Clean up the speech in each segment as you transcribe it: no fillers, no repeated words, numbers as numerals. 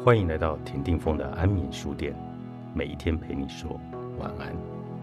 欢迎来到田定峰的安眠书店，每一天陪你说晚安。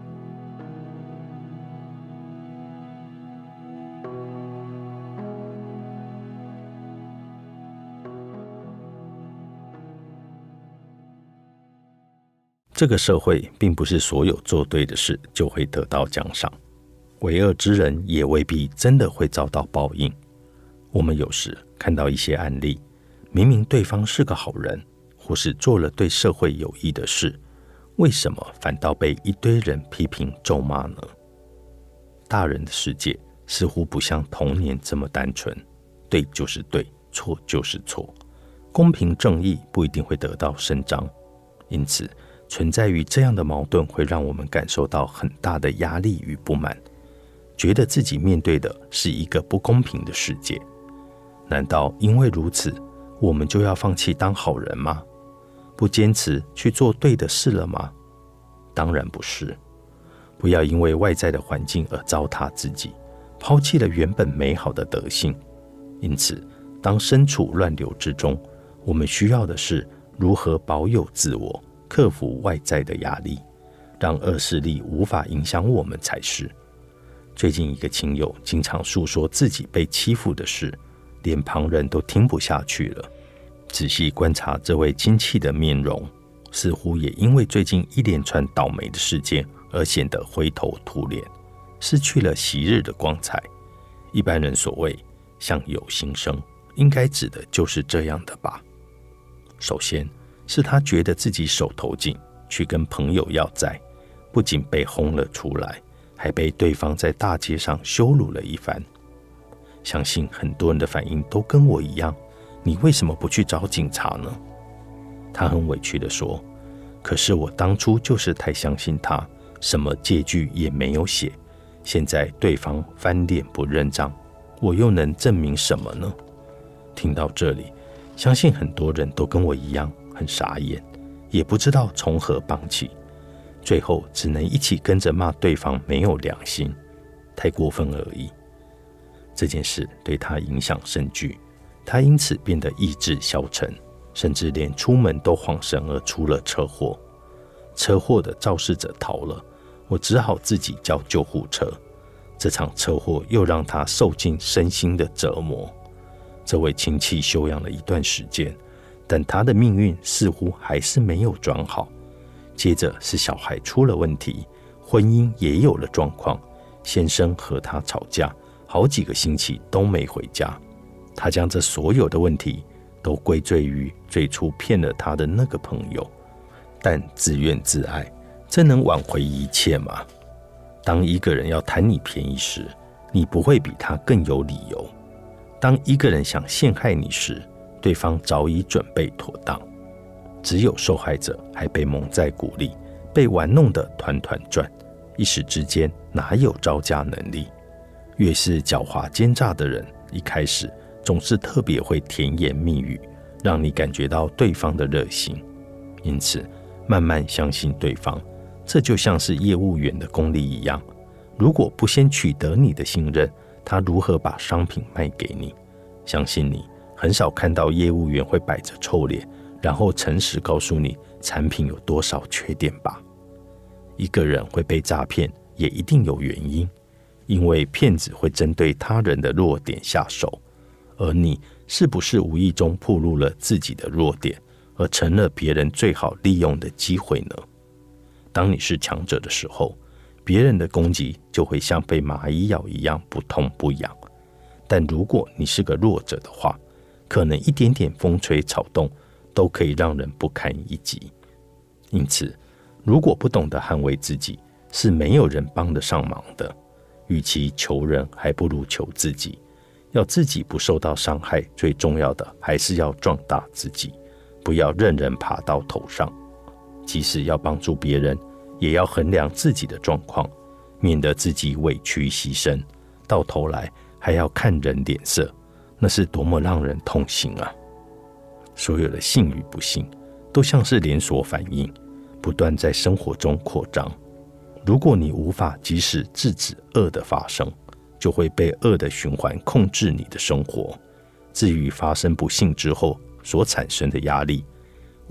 这个社会并不是所有做对的事就会得到奖赏，为恶之人也未必真的会遭到报应。我们有时看到一些案例，明明对方是个好人，或是做了对社会有益的事，为什么反倒被一堆人批评咒骂呢？大人的世界似乎不像童年这么单纯，对就是对，错就是错，公平正义不一定会得到伸张，因此存在于这样的矛盾会让我们感受到很大的压力与不满，觉得自己面对的是一个不公平的世界。难道因为如此，我们就要放弃当好人吗？不坚持去做对的事了吗？当然不是。不要因为外在的环境而糟蹋自己，抛弃了原本美好的德性。因此，当身处乱流之中，我们需要的是如何保有自我，克服外在的压力，让恶势力无法影响我们才是。最近一个亲友经常诉说自己被欺负的事，连旁人都听不下去了。仔细观察这位亲戚的面容，似乎也因为最近一连串倒霉的事件而显得灰头土脸，失去了昔日的光彩。一般人所谓相由心生，应该指的就是这样的吧。首先是他觉得自己手头紧，去跟朋友要债，不仅被轰了出来，还被对方在大街上羞辱了一番。相信很多人的反应都跟我一样，你为什么不去找警察呢？他很委屈地说，可是我当初就是太相信他，什么借据也没有写，现在对方翻脸不认账，我又能证明什么呢？听到这里，相信很多人都跟我一样很傻眼，也不知道从何帮起，最后只能一起跟着骂对方没有良心，太过分而已。这件事对他影响甚巨，他因此变得意志消沉，甚至连出门都恍神而出了车祸。车祸的肇事者逃了，我只好自己叫救护车。这场车祸又让他受尽身心的折磨。这位亲戚休养了一段时间，但他的命运似乎还是没有转好。接着是小孩出了问题，婚姻也有了状况，先生和他吵架，好几个星期都没回家。他将这所有的问题都归罪于最初骗了他的那个朋友，但自怨自艾，真能挽回一切吗？当一个人要贪你便宜时，你不会比他更有理由。当一个人想陷害你时，对方早已准备妥当。只有受害者还被蒙在鼓里，被玩弄得团团转，一时之间哪有招架能力？越是狡猾奸诈的人，一开始总是特别会甜言蜜语，让你感觉到对方的热心。因此慢慢相信对方，这就像是业务员的功力一样，如果不先取得你的信任，他如何把商品卖给你？相信你很少看到业务员会摆着臭脸，然后诚实告诉你产品有多少缺点吧。一个人会被诈骗，也一定有原因，因为骗子会针对他人的弱点下手，而你是不是无意中暴露了自己的弱点，而成了别人最好利用的机会呢？当你是强者的时候，别人的攻击就会像被蚂蚁咬一样不痛不痒，但如果你是个弱者的话，可能一点点风吹草动都可以让人不堪一击。因此，如果不懂得捍卫自己，是没有人帮得上忙的。与其求人，还不如求自己。要自己不受到伤害，最重要的还是要壮大自己，不要任人爬到头上。即使要帮助别人，也要衡量自己的状况，免得自己委屈牺牲，到头来还要看人脸色，那是多么让人痛心啊！所有的幸与不幸，都像是连锁反应，不断在生活中扩张。如果你无法及时制止恶的发生，就会被恶的循环控制你的生活。至于发生不幸之后所产生的压力，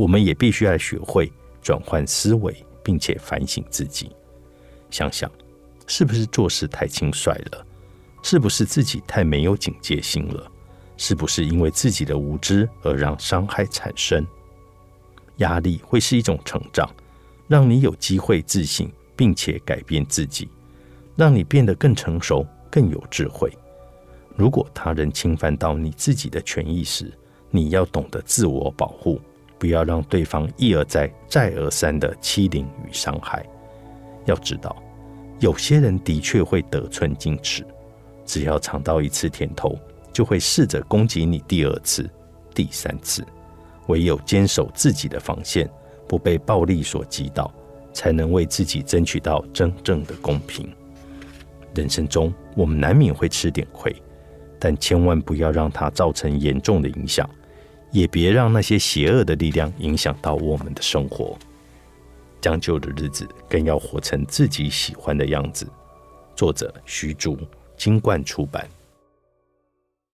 我们也必须要学会转换思维，并且反省自己。想想，是不是做事太轻率了？是不是自己太没有警戒心了？是不是因为自己的无知而让伤害产生？压力会是一种成长，让你有机会自省，并且改变自己，让你变得更成熟、更有智慧。如果他人侵犯到你自己的权益时，你要懂得自我保护，不要让对方一而再、再而三的欺凌与伤害。要知道，有些人的确会得寸进尺，只要尝到一次甜头，就会试着攻击你第二次、第三次。唯有坚守自己的防线，不被暴力所击倒，才能为自己争取到真正的公平。人生中，我们难免会吃点亏，但千万不要让它造成严重的影响，也别让那些邪恶的力量影响到我们的生活。将就的日子，更要活成自己喜欢的样子。作者：徐竹，金冠出版。